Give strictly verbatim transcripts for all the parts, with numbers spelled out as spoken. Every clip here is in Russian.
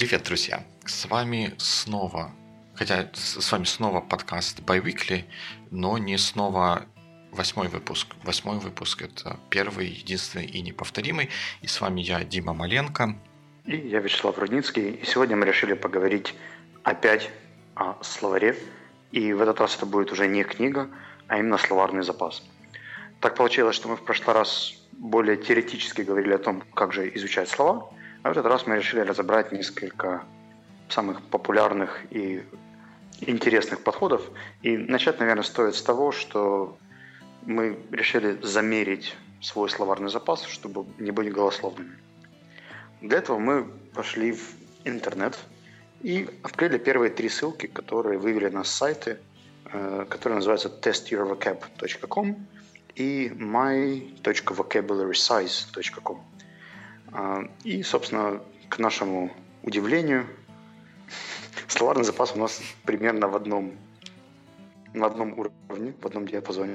Привет, друзья! С вами снова, хотя с вами снова подкаст Biweekly, но не снова восьмой выпуск. Восьмой выпуск – это первый, единственный и неповторимый. И с вами я, Дима Маленко. И я, Вячеслав Рудницкий. И сегодня мы решили поговорить опять о словаре. И в этот раз это будет уже не книга, а именно словарный запас. Так получилось, что мы в прошлый раз более теоретически говорили о том, как же изучать слова, а в этот раз мы решили разобрать несколько самых популярных и интересных подходов. И начать, наверное, стоит с того, что мы решили замерить свой словарный запас, чтобы не быть голословными. Для этого мы пошли в интернет и открыли первые три ссылки, которые вывели нас с сайта, которые называются тест your vocab точка ком и my точка vocabulary size точка ком. И, собственно, к нашему удивлению, словарный запас у нас примерно в одном, в одном уровне, в одном диапазоне.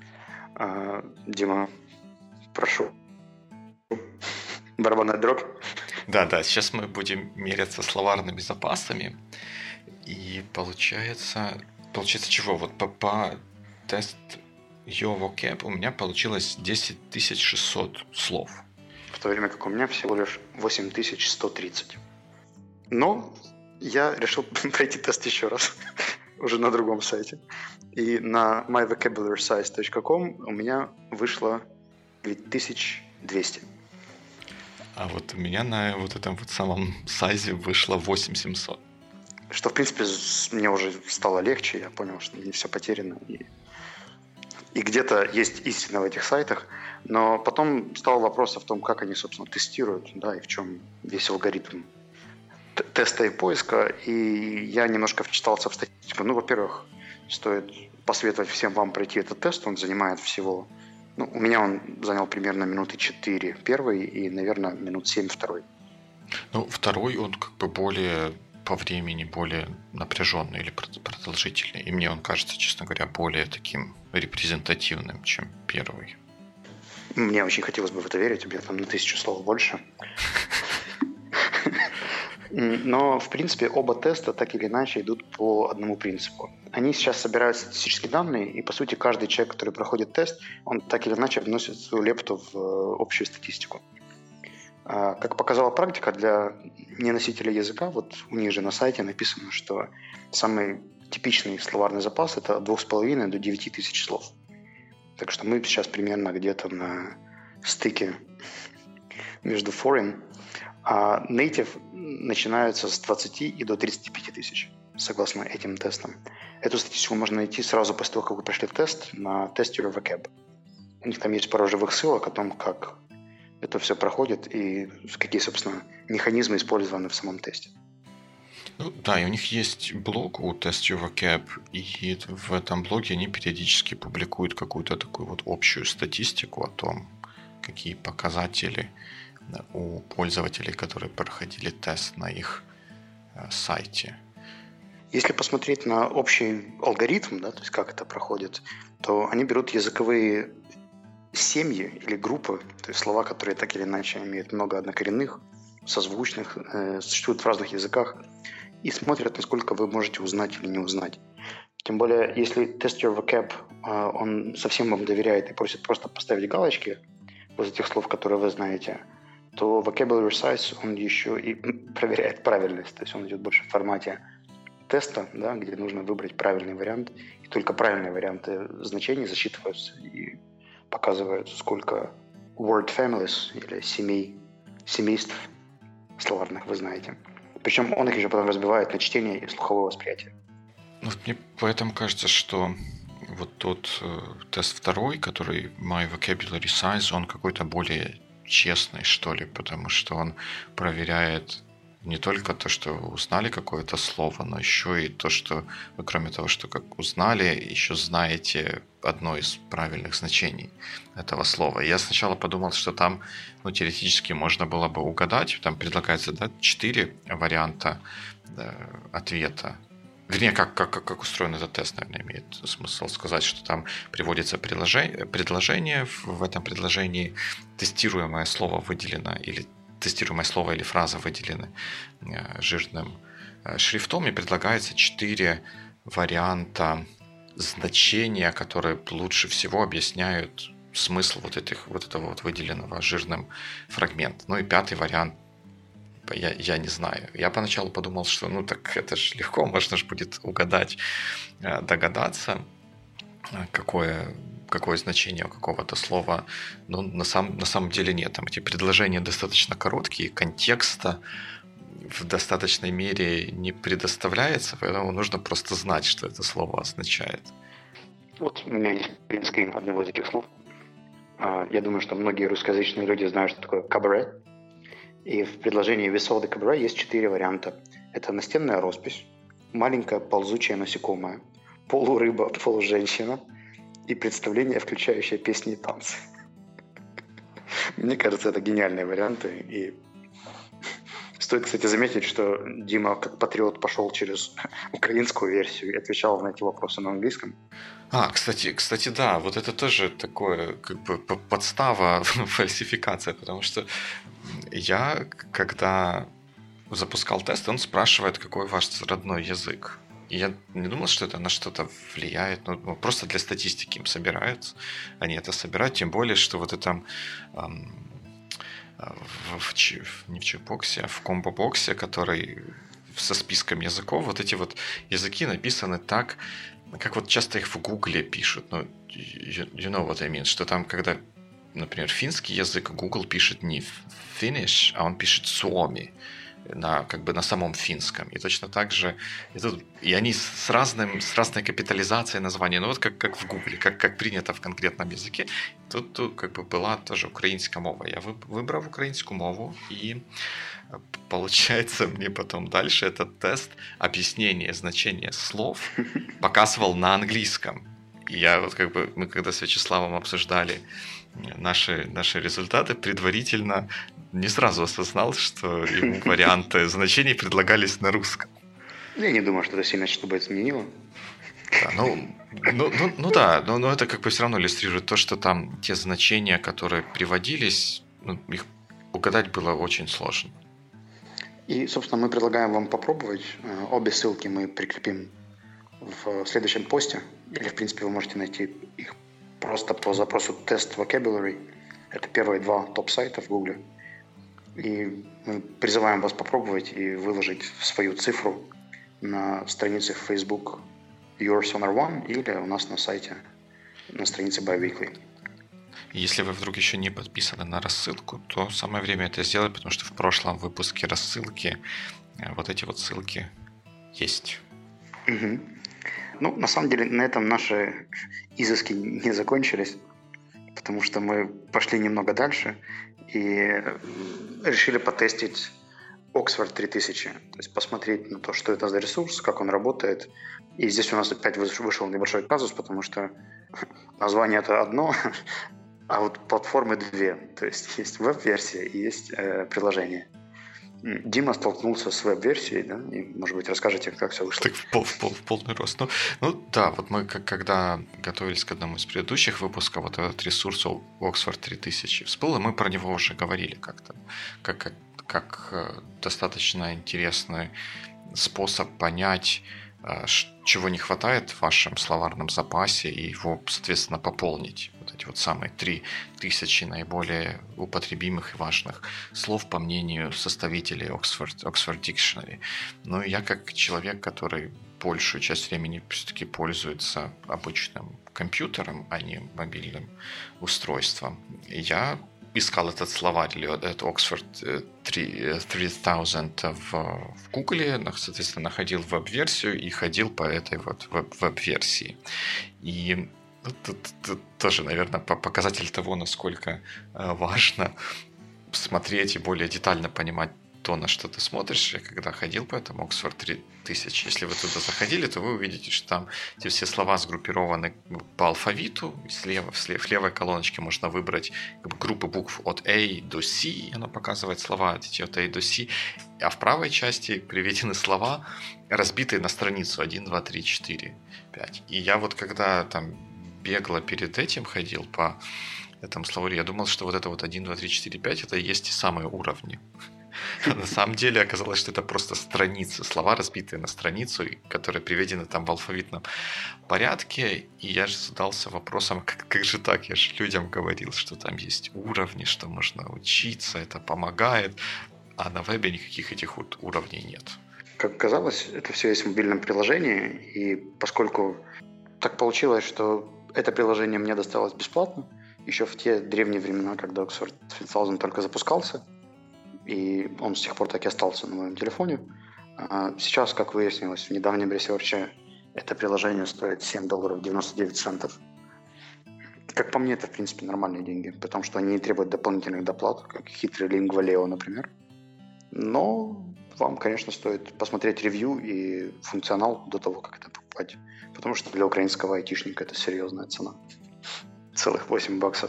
Дима, прошу. Барабанная дробь. Да, да, сейчас мы будем меряться словарными запасами. И получается, получается чего? Вот по, по тест Your Vocab у меня получилось десять тысяч шестьсот слов. В то время как у меня всего лишь восемь тысяч сто тридцать. Но я решил пройти тест еще раз, уже на другом сайте. И на my vocabulary size точка ком у меня вышло девять тысяч двести. А вот у меня на вот этом вот самом сайзе вышло восемь тысяч семьсот. Что, в принципе, мне уже стало легче. Я понял, что не все потеряно. И, и где-то есть истина в этих сайтах. Но потом стал вопрос в том, как они, собственно, тестируют, да, и в чем весь алгоритм теста и поиска. И я немножко вчитался в статистику. Ну, во-первых, стоит посоветовать всем вам пройти этот тест. Он занимает всего... Ну, у меня он занял примерно минуты четыре первый и, наверное, минут семь второй. Ну, второй он как бы более по времени, более напряженный или продолжительный. И мне он кажется, честно говоря, более таким репрезентативным, чем первый. Мне очень хотелось бы в это верить. У меня там на тысячу слов больше. Но, в принципе, оба теста так или иначе идут по одному принципу. Они сейчас собирают статистические данные, и, по сути, каждый человек, который проходит тест, он так или иначе вносит свою лепту в общую статистику. Как показала практика, для неносителя языка, вот у них же на сайте написано, что самый типичный словарный запас – это от двух с половиной до девяти тысяч слов. Так что мы сейчас примерно где-то на стыке между foreign. А native начинаются с двадцати и до тридцати пяти тысяч, согласно этим тестам. Эту статистику можно найти сразу после того, как вы прошли тест на Test Your Vocab. У них там есть пару живых ссылок о том, как это все проходит и какие, собственно, механизмы использованы в самом тесте. Ну, да, и у них есть блог у Test Your Vocab, и в этом блоге они периодически публикуют какую-то такую вот общую статистику о том, какие показатели у пользователей, которые проходили тест на их сайте. Если посмотреть на общий алгоритм, да, то есть как это проходит, то они берут языковые семьи или группы, то есть слова, которые так или иначе имеют много однокоренных, созвучных, э, существуют в разных языках, и смотрят, насколько вы можете узнать или не узнать. Тем более, если Test Your Vocab, э, он совсем вам доверяет и просит просто поставить галочки возле тех слов, которые вы знаете, то Vocabulary Size, он еще и проверяет правильность, то есть он идет больше в формате теста, да, где нужно выбрать правильный вариант, и только правильные варианты значений засчитываются и показывают, сколько word families или семей, семейств словарных вы знаете. Причем он их еще потом разбивает на чтение и слуховое восприятие. Вот мне поэтому кажется, что вот тот э, тест второй, который My Vocabulary Size, он какой-то более честный, что ли, потому что он проверяет не только то, что вы узнали какое-то слово, но еще и то, что вы, кроме того, что как узнали, еще знаете одно из правильных значений этого слова. Я сначала подумал, что там, ну, теоретически можно было бы угадать. Там предлагается, да, четыре варианта да, ответа. Вернее, как, как, как устроен этот тест, наверное, имеет смысл сказать, что там приводится предложение, предложение в этом предложении тестируемое слово выделено или тестируемое слово или фраза выделены жирным шрифтом, и предлагается четыре варианта значения, которые лучше всего объясняют смысл вот, этих, вот этого вот выделенного жирным фрагмента. Ну и пятый вариант, я, я не знаю. Я поначалу подумал, что ну так это же легко, можно же будет угадать, догадаться, какое, какое значение у какого-то слова. Но на, сам, на самом деле нет. Там эти предложения достаточно короткие, контекста в достаточной мере не предоставляется, поэтому нужно просто знать, что это слово означает. Вот у меня есть принтскрин одного из этих слов. Я думаю, что многие русскоязычные люди знают, что такое кабаре. И в предложении «We saw the cabaret» есть четыре варианта. Это настенная роспись, маленькая ползучая насекомое, полурыба, полуженщина и представление, включающее песни и танцы. Мне кажется, это гениальные варианты. И стоит, кстати, заметить, что Дима, как патриот, пошел через украинскую версию и отвечал на эти вопросы на английском. А, кстати, кстати, да, вот это тоже такое, как бы, подстава, фальсификация, потому что я, когда запускал тест, он спрашивает, какой ваш родной язык. И я не думал, что это на что-то влияет, ну, просто для статистики им собираются, они это собирают, тем более, что вот это... Эм, в, в, не в чекбоксе, а в комбо-боксе, который со списком языков, вот эти вот языки написаны так, как вот часто их в Гугле пишут. Ну, you, you know what I mean, что там, когда, например, финский язык, Google пишет не Finnish, а он пишет Suomi на, как бы на самом финском. И точно так же, и, тут, и они с, разным, с разной капитализацией названия, ну вот как, как в Гугле, как, как принято в конкретном языке. Тут, тут как бы была тоже украинская мова. Я выбрал украинскую мову, и получается мне потом дальше этот тест объяснения значения слов показывал на английском. И я вот как бы, мы когда с Вячеславом обсуждали наши, наши результаты, предварительно не сразу осознал, что ему варианты значений предлагались на русском. Я не думаю, что это сильно что-то изменило. Да, ну, ну, ну, ну да, но, но это как бы все равно иллюстрирует то, что там те значения, которые приводились, ну, их угадать было очень сложно. И, собственно, мы предлагаем вам попробовать. Обе ссылки мы прикрепим в следующем посте. Или, в принципе, вы можете найти их просто по запросу «Test Vocabulary». Это первые два топ-сайта в Гугле. И мы призываем вас попробовать и выложить свою цифру на странице в Facebook Yours Honor One или у нас на сайте на странице Biweekly. Если вы вдруг еще не подписаны на рассылку, то самое время это сделать, потому что в прошлом выпуске рассылки вот эти вот ссылки есть. Угу. Ну, на самом деле, на этом наши изыски не закончились, потому что мы пошли немного дальше и решили потестить Oxford три тысячи, то есть посмотреть на то, что это за ресурс, как он работает. И здесь у нас опять вышел небольшой казус, потому что название это одно, а вот платформы две. То есть есть веб-версия и есть э, приложение. Дима столкнулся с веб-версией, да? И, может быть, расскажете, как все вышло. Так в, пол, в, пол, в полный рост. Ну, ну да, вот мы как, когда готовились к одному из предыдущих выпусков, вот этот ресурс Oxford три тысячи всплыл, и мы про него уже говорили как-то, как, как, как достаточно интересный способ понять, чего не хватает в вашем словарном запасе, и его, соответственно, пополнить. Вот эти вот самые три тысячи наиболее употребимых и важных слов, по мнению составителей Oxford, Oxford Dictionary. Ну, я как человек, который большую часть времени все-таки пользуется обычным компьютером, а не мобильным устройством, я искал этот словарь, или этот Oxford три тысячи в, в Гугле, соответственно, находил веб-версию и ходил по этой вот веб-версии. И ну, тут, тут тоже, наверное, показатель того, насколько важно смотреть и более детально понимать то, на что ты смотришь. Я когда ходил по этому Oxford три тысячи, если вы туда заходили, то вы увидите, что там эти все слова сгруппированы по алфавиту. Слева, слева, в левой колоночке можно выбрать как бы, группы букв от A до C, и оно показывает слова эти от A до C. А в правой части приведены слова, разбитые на страницу один, два, три, четыре, пять. И я вот когда там бегло перед этим ходил по этом словаре. Я думал, что вот это вот один, два, три, четыре, пять это и есть те самые уровни. А на самом деле оказалось, что это просто страницы, слова, разбитые на страницу, которые приведены там в алфавитном порядке. И я же задался вопросом, как, как же так? Я же людям говорил, что там есть уровни, что можно учиться, это помогает. А на вебе никаких этих вот уровней нет. Как оказалось, это все есть в мобильном приложении. И поскольку так получилось, что это приложение мне досталось бесплатно, еще в те древние времена, когда Oxford три тысячи только запускался, и он с тех пор так и остался на моем телефоне. А сейчас, как выяснилось в недавнем ресерче, это приложение стоит семь долларов девяносто девять центов. Как по мне, это, в принципе, нормальные деньги, потому что они не требуют дополнительных доплат, как хитрый Lingua.leo, например. Но вам, конечно, стоит посмотреть ревью и функционал до того, как это покупать, потому что для украинского айтишника это серьезная цена. Целых восемь баксов.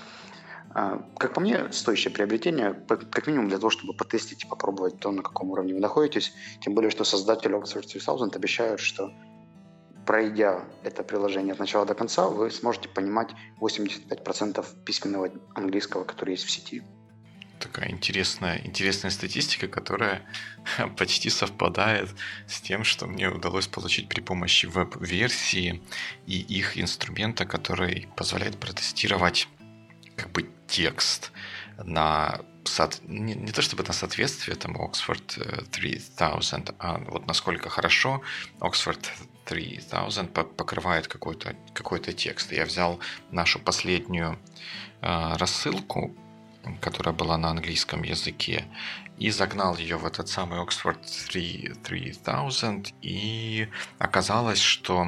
Как по мне, стоящее приобретение, как минимум для того, чтобы потестить и попробовать то, на каком уровне вы находитесь. Тем более, что создатели Oxford три тысячи обещают, что пройдя это приложение от начала до конца, вы сможете понимать восемьдесят пять процентов письменного английского, который есть в сети. Такая интересная, интересная статистика, которая почти совпадает с тем, что мне удалось получить при помощи веб-версии и их инструмента, который позволяет протестировать как бы текст на не, не то чтобы на соответствие этому Oxford три тысячи, а вот насколько хорошо Oxford три тысячи покрывает какой-то, какой-то текст. Я взял нашу последнюю э, рассылку, которая была на английском языке, и загнал ее в этот самый Oxford три тысячи, и оказалось, что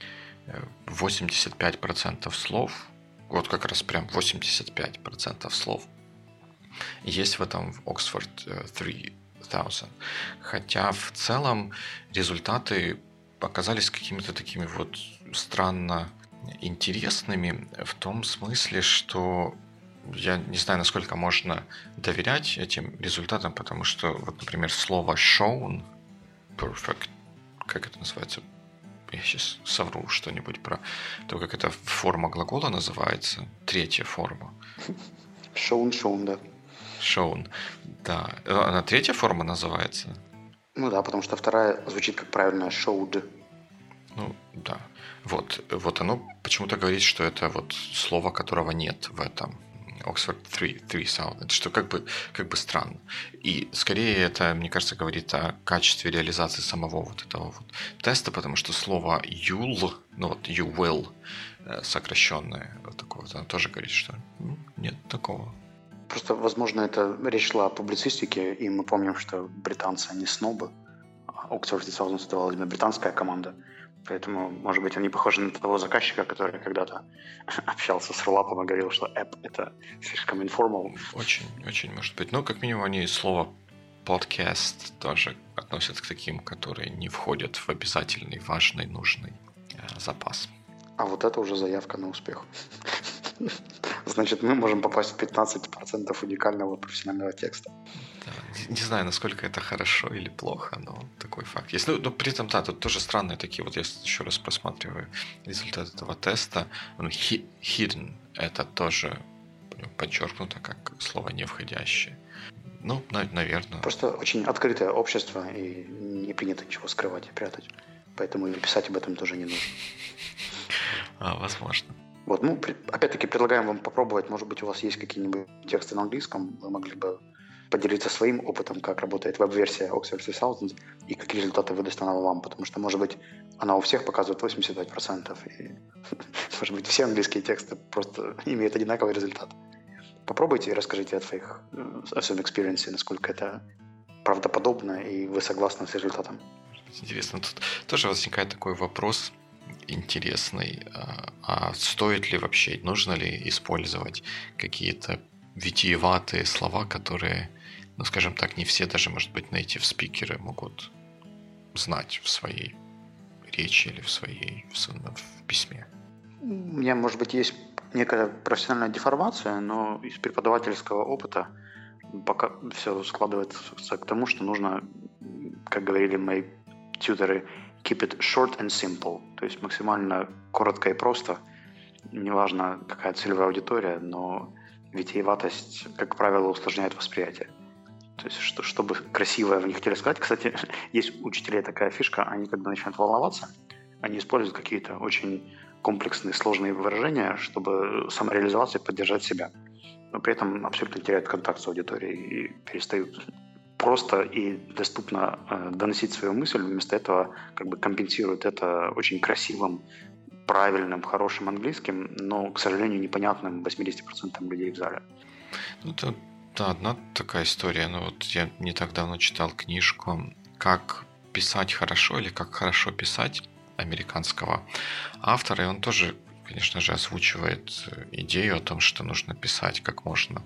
восемьдесят пять процентов слов, вот как раз прям восемьдесят пять процентов слов есть в этом в Oxford три тысячи. Хотя в целом результаты оказались какими-то такими вот странно интересными в том смысле, что я не знаю, насколько можно доверять этим результатам, потому что, вот, например, слово shown, perfect, как это называется? Я сейчас совру что-нибудь про то, как эта форма глагола называется. Третья форма. Shown, shown, да. Shown, да. Она третья форма называется? Ну да, потому что вторая звучит как правильно showed. Ну, да. Вот, вот оно почему-то говорит, что это вот слово, которого нет в этом Oxford три тысячи, что как бы, как бы странно. И скорее это, мне кажется, говорит о качестве реализации самого вот этого вот теста, потому что слово you'll, ну вот you will, сокращенное вот такое вот, оно тоже говорит, что ну, нет такого. Просто, возможно, это речь шла о публицистике, и мы помним, что британцы, они снобы. Oxford три тысячи создавала именно британская команда. Поэтому, может быть, они похожи на того заказчика, который когда-то общался с Рулапом и говорил, что app — это слишком informal. Очень, очень может быть. Ну, как минимум, они слово podcast тоже относят к таким, которые не входят в обязательный, важный, нужный э, запас. А вот это уже заявка на успех. Значит, мы можем попасть в пятнадцать процентов уникального профессионального текста. Да, не, не знаю, насколько это хорошо или плохо, но такой факт есть. Ну, но при этом, да, тут тоже странные такие, вот я еще раз просматриваю результат этого теста. Hidden — это тоже подчеркнуто как слово не входящее. Ну, наверное. Просто очень открытое общество, и не принято ничего скрывать и прятать. Поэтому и писать об этом тоже не нужно. А, возможно. Вот, ну, опять-таки, предлагаем вам попробовать. Может быть, у вас есть какие-нибудь тексты на английском. Вы могли бы поделиться своим опытом, как работает веб-версия Oxford три тысячи и какие результаты выдаст она вам. Потому что, может быть, она у всех показывает восемьдесят пять процентов. И, может быть, все английские тексты просто имеют одинаковый результат. Попробуйте и расскажите о своих о своем экспириенсе, насколько это правдоподобно, и вы согласны с результатом. Интересно. Тут тоже возникает такой вопрос интересный. А стоит ли вообще, нужно ли использовать какие-то витиеватые слова, которые, ну, скажем так, не все даже, может быть, native спикеры могут знать в своей речи или в своей в, в письме? У меня, может быть, есть некая профессиональная деформация, но из преподавательского опыта пока все складывается к тому, что нужно, как говорили мои тьюторы, keep it short and simple, то есть максимально коротко и просто, неважно, какая целевая аудитория, но витиеватость, как правило, усложняет восприятие. То есть, что, чтобы красиво в них хотели сказать. Кстати, есть у учителей такая фишка, они когда начинают волноваться, они используют какие-то очень комплексные, сложные выражения, чтобы самореализоваться и поддержать себя. Но при этом абсолютно теряют контакт с аудиторией и перестают просто и доступно э, доносить свою мысль, вместо этого как бы компенсируют это очень красивым, правильным, хорошим английским, но, к сожалению, непонятным восемьдесят процентов людей в зале. Ну, это да, одна такая история. Ну, вот я не так давно читал книжку «Как писать хорошо» или «Как хорошо писать» американского автора, и он тоже, конечно же, озвучивает идею о том, что нужно писать как можно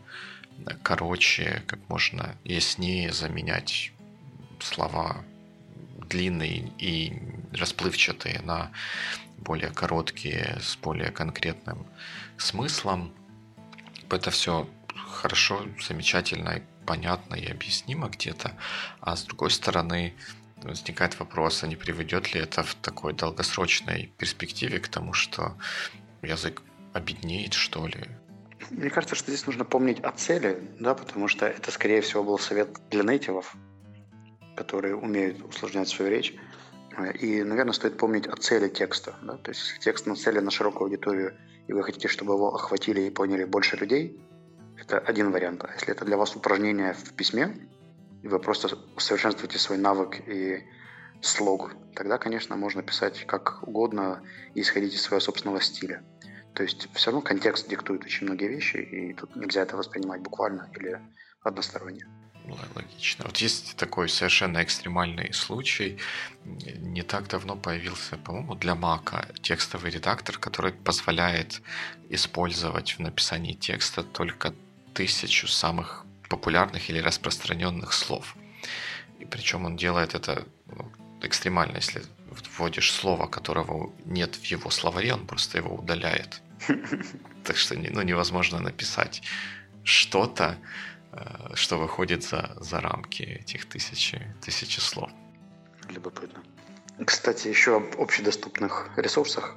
короче, как можно яснее, заменять слова длинные и расплывчатые на более короткие, с более конкретным смыслом. Это все хорошо, замечательно и понятно и объяснимо где-то. А с другой стороны, возникает вопрос, а не приведет ли это в такой долгосрочной перспективе к тому, что язык обеднеет, что ли? Мне кажется, что здесь нужно помнить о цели, да, потому что это, скорее всего, был совет для нейтивов, которые умеют усложнять свою речь. И, наверное, стоит помнить о цели текста. Да? То есть, если текст нацелен на широкую аудиторию, и вы хотите, чтобы его охватили и поняли больше людей, это один вариант. А если это для вас упражнение в письме, и вы просто усовершенствуете свой навык и слог, тогда, конечно, можно писать как угодно и исходить из своего собственного стиля. То есть все равно контекст диктует очень многие вещи, и тут нельзя это воспринимать буквально или односторонне. Логично. Вот есть такой совершенно экстремальный случай. Не так давно появился, по-моему, для Mac текстовый редактор, который позволяет использовать в написании текста только тысячу самых популярных или распространенных слов. И причем он делает это ну, экстремально. Если вводишь слово, которого нет в его словаре, он просто его удаляет. Так что ну, невозможно написать что-то, что выходит за, за рамки этих тысячи, тысячи слов. Любопытно. Кстати, еще об общедоступных ресурсах.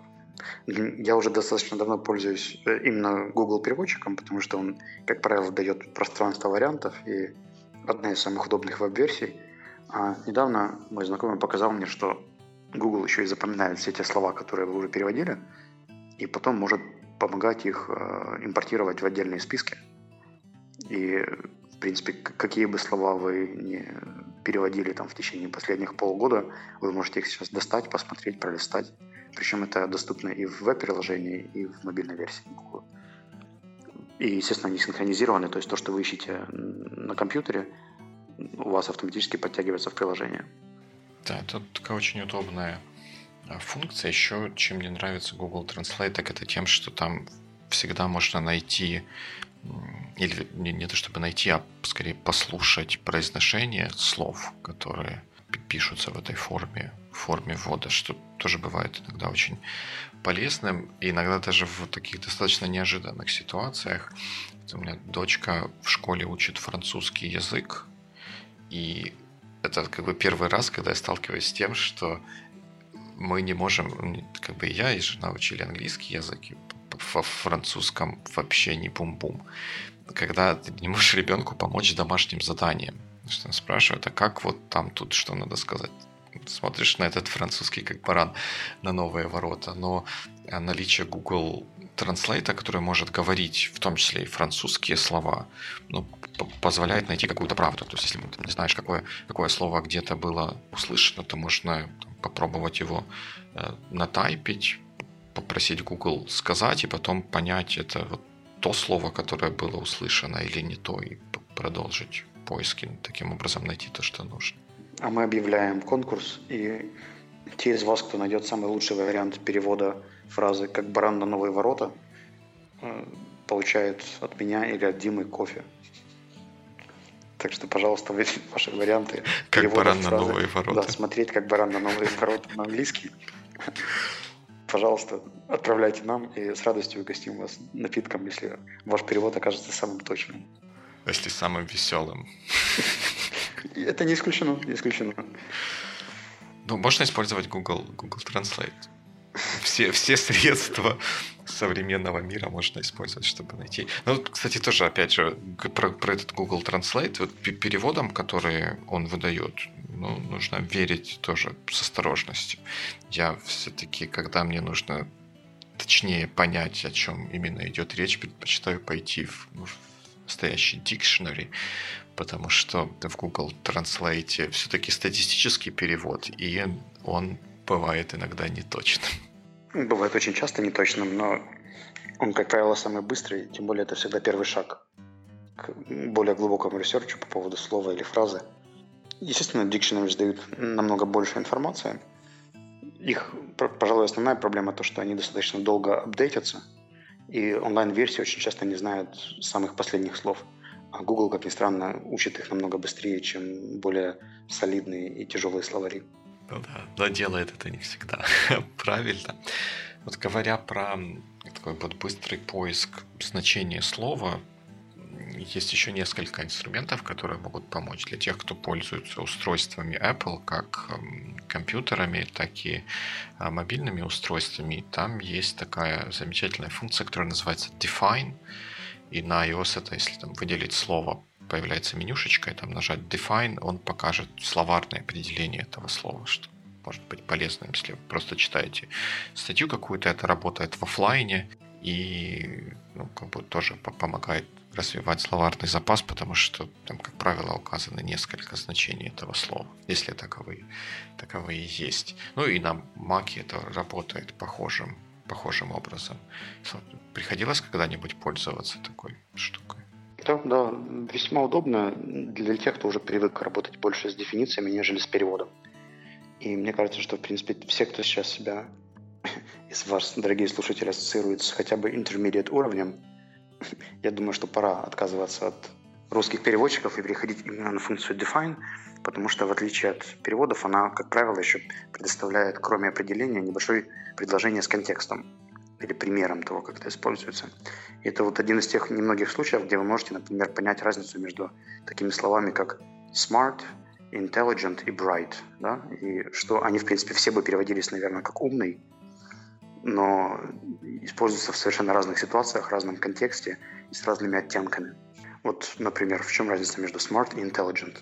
Я уже достаточно давно пользуюсь именно Google переводчиком, потому что он, как правило, дает пространство вариантов и одна из самых удобных веб-версий. А недавно мой знакомый показал мне, что Google еще и запоминает все те слова, которые вы уже переводили, и потом может помогать их импортировать в отдельные списки. И, в принципе, какие бы слова вы не переводили там в течение последних полгода, вы можете их сейчас достать, посмотреть, пролистать. Причем это доступно и в веб-приложении, и в мобильной версии Google. И, естественно, они синхронизированы, то есть то, что вы ищете на компьютере, у вас автоматически подтягивается в приложение. Да, это такая очень удобная функция. Еще, чем мне нравится Google Translate, так это тем, что там всегда можно найти, или не, не то чтобы найти, а скорее послушать произношение слов, которые пишутся в этой форме, в форме ввода, что тоже бывает иногда очень полезным, и иногда даже в таких достаточно неожиданных ситуациях. У меня дочка в школе учит французский язык, и это как бы первый раз, когда я сталкиваюсь с тем, что мы не можем, как бы я и жена учили английский язык, и во французском вообще не бум-бум. Когда ты не можешь ребенку помочь домашним заданием, что он спрашивает, а как вот там тут что надо сказать? Смотришь на этот французский как баран на новые ворота, но наличие Google Translate, который может говорить в том числе и французские слова, ну, позволяет найти какую-то правду. То есть, если ты не знаешь, какое, какое слово где-то было услышано, то можно там, попробовать его э, натайпить, попросить Google сказать, и потом понять, это вот то слово, которое было услышано или не то, и продолжить поиски, таким образом найти то, что нужно. А мы объявляем конкурс, и те из вас, кто найдет самый лучший вариант перевода фразы «как баран на новые ворота», получает от меня или от Димы кофе. Так что, пожалуйста, ваши варианты как перевода баран фразы. На новые ворота. Да, смотреть «как баран на новые ворота» на английский. Пожалуйста, отправляйте нам, и с радостью угостим вас напитком, если ваш перевод окажется самым точным. Если самым веселым. Это не исключено, не исключено. Ну, можно использовать Google, Google Translate. Все, все средства современного мира можно использовать, чтобы найти. Ну, вот, кстати, тоже, опять же, про, про этот Google Translate, вот переводом, которые он выдает, ну, нужно верить тоже с осторожностью. Я все-таки, когда мне нужно точнее понять, о чем именно идет речь, предпочитаю пойти в, в настоящий dictionary, потому что в Google Translate все-таки статистический перевод, и он бывает иногда неточным. Бывает очень часто неточным, но он, как правило, самый быстрый, тем более это всегда первый шаг к более глубокому ресерчу по поводу слова или фразы. Естественно, dictionaries дают намного больше информации. Их, пожалуй, основная проблема то, что они достаточно долго апдейтятся, и онлайн-версии очень часто не знают самых последних слов. А Google, как ни странно, учит их намного быстрее, чем более солидные и тяжелые словари. Ну да, но делает это не всегда правильно. Вот говоря про такой вот быстрый поиск значения слова, есть еще несколько инструментов, которые могут помочь для тех, кто пользуется устройствами Apple, как компьютерами, так и мобильными устройствами. Там есть такая замечательная функция, которая называется Define. И на iOS это, если там выделить слово, появляется менюшечка, и там нажать Define, он покажет словарное определение этого слова, что может быть полезно, если вы просто читаете статью какую-то, это работает в офлайне и ну, как бы тоже помогает развивать словарный запас, потому что там, как правило, указано несколько значений этого слова, если таковые, таковые есть. Ну и на Mac это работает похожим, похожим образом. Приходилось когда-нибудь пользоваться такой штукой? Да, да, весьма удобно для тех, кто уже привык работать больше с дефинициями, нежели с переводом. И мне кажется, что, в принципе, все, кто сейчас себя из вас, дорогие слушатели, ассоциирует с хотя бы intermediate уровнем, я думаю, что пора отказываться от русских переводчиков и переходить именно на функцию define, потому что, в отличие от переводов, она, как правило, еще предоставляет, кроме определения, небольшое предложение с контекстом или примером того, как это используется. И это вот один из тех немногих случаев, где вы можете, например, понять разницу между такими словами, как smart, intelligent и bright, да? И что они, в принципе, все бы переводились, наверное, как умный, но используются в совершенно разных ситуациях, в разном контексте и с разными оттенками. Вот, например, в чем разница между smart и intelligent?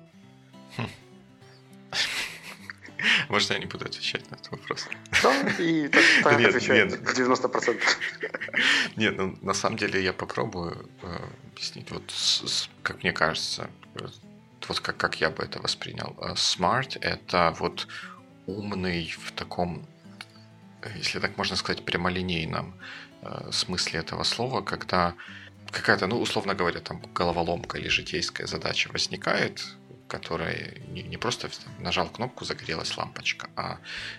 Можно я не буду отвечать на этот вопрос? Да, и так, так нет, отвечает нет. девяносто процентов. Нет, ну на самом деле я попробую э, объяснить. Вот с, с, как мне кажется, вот как, как я бы это воспринял. Smart — это вот умный в таком, если так можно сказать, прямолинейном э, смысле этого слова, когда какая-то, ну, условно говоря, там головоломка или житейская задача возникает, которая не, не просто там, нажал кнопку, загорелась лампочка, а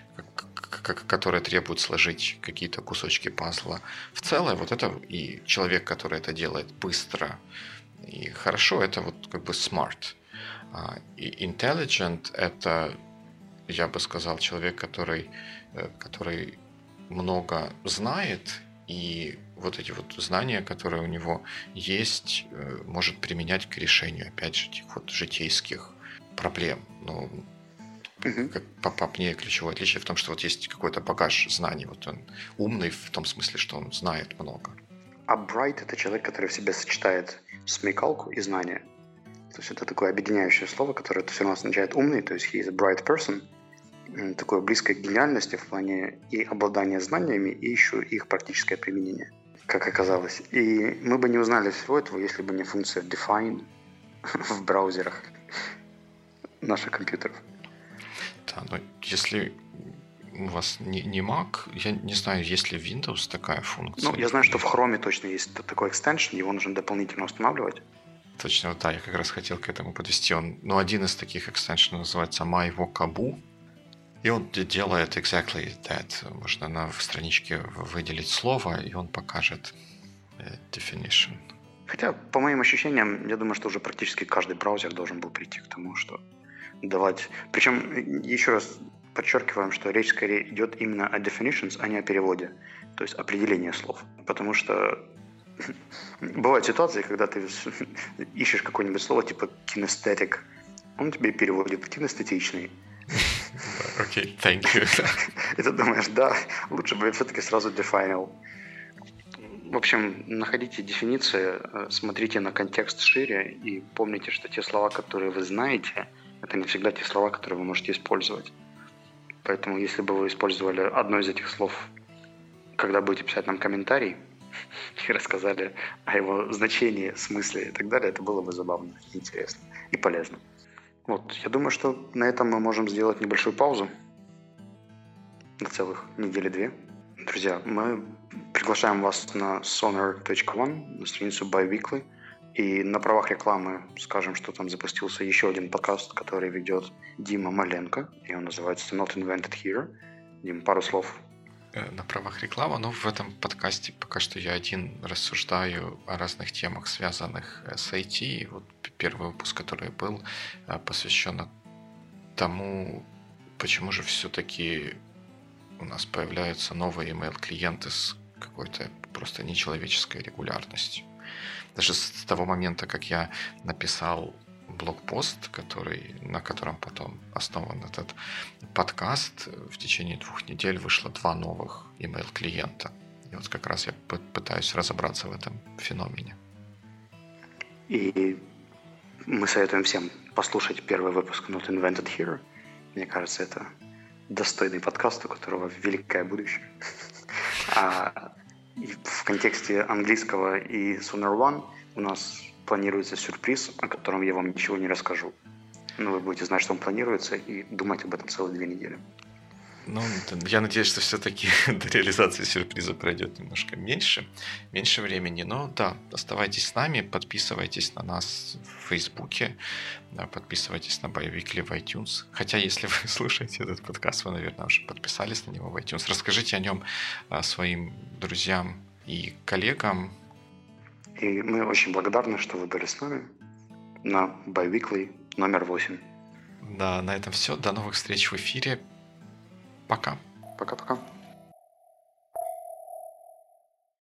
которая требует сложить какие-то кусочки пазла в целое. Вот это и человек, который это делает быстро и хорошо, это вот как бы smart. И intelligent — это, я бы сказал, человек, который, который много знает, и вот эти вот знания, которые у него есть, может применять к решению, опять же, этих вот житейских проблем. Ну, uh-huh. как, по, по мне, ключевое отличие в том, что вот есть какой-то багаж знаний. Вот он умный в том смысле, что он знает много. А bright — это человек, который в себе сочетает смекалку и знания. То есть это такое объединяющее слово, которое все равно означает умный, то есть he is a bright person. Такое близкое к гениальности в плане и обладания знаниями, и еще их практическое применение, как оказалось. И мы бы не узнали всего этого, если бы не функция define в браузерах наших компьютеров. Да, но если у вас не, не Mac, я не знаю, есть ли в Windows такая функция. Ну, я знаю, что в Chrome точно есть такой экстеншн, его нужно дополнительно устанавливать. Точно, вот, да, я как раз хотел к этому подвести. Он, ну, один из таких экстеншнов называется MyVocabu. И он делает exactly that. Можно на страничке выделить слово, и он покажет definition. Хотя, по моим ощущениям, я думаю, что уже практически каждый браузер должен был прийти к тому, что давать... Причем, еще раз подчеркиваем, что речь скорее идет именно о definitions, а не о переводе. То есть определение слов. Потому что бывают ситуации, когда ты ищешь какое-нибудь слово типа kinesthetic, он тебе переводит кинестетичный. Окей, okay, thank you. И ты думаешь, да, лучше бы я все-таки сразу дефайнил. В общем, находите дефиниции, смотрите на контекст шире и помните, что те слова, которые вы знаете, это не всегда те слова, которые вы можете использовать. Поэтому, если бы вы использовали одно из этих слов, когда будете писать нам комментарий, и рассказали о его значении, смысле и так далее, это было бы забавно, интересно и полезно. Вот, я думаю, что на этом мы можем сделать небольшую паузу на целых недели две. Друзья, мы приглашаем вас на sonar точка one, на страницу Biweekly, и на правах рекламы скажем, что там запустился еще один подкаст, который ведет Дима Маленко, и он называется Not Invented Here. Дим, пару слов. На правах рекламы, но в этом подкасте пока что я один рассуждаю о разных темах, связанных с ай ти. Вот первый выпуск, который был, посвящен тому, почему же все-таки у нас появляются новые email-клиенты с какой-то просто нечеловеческой регулярностью. Даже с того момента, как я написал блогпост, который, на котором потом основан этот подкаст, в течение двух недель вышло два новых email-клиента. И вот как раз я пытаюсь разобраться в этом феномене. И мы советуем всем послушать первый выпуск Not Invented Here. Мне кажется, это достойный подкаст, у которого великое будущее. А в контексте английского и Sonar One у нас планируется сюрприз, о котором я вам ничего не расскажу. Но вы будете знать, что он планируется, и думать об этом целых две недели. Ну, я надеюсь, что все-таки до реализации сюрприза пройдет немножко меньше, меньше времени. Но да, оставайтесь с нами, подписывайтесь на нас в Фейсбуке, подписывайтесь на Biweekly в iTunes. Хотя, если вы слушаете этот подкаст, вы, наверное, уже подписались на него в iTunes. Расскажите о нем своим друзьям и коллегам. И мы очень благодарны, что вы были с нами на Biweekly номер восемь. Да, на этом все. До новых встреч в эфире. Пока. Пока-пока.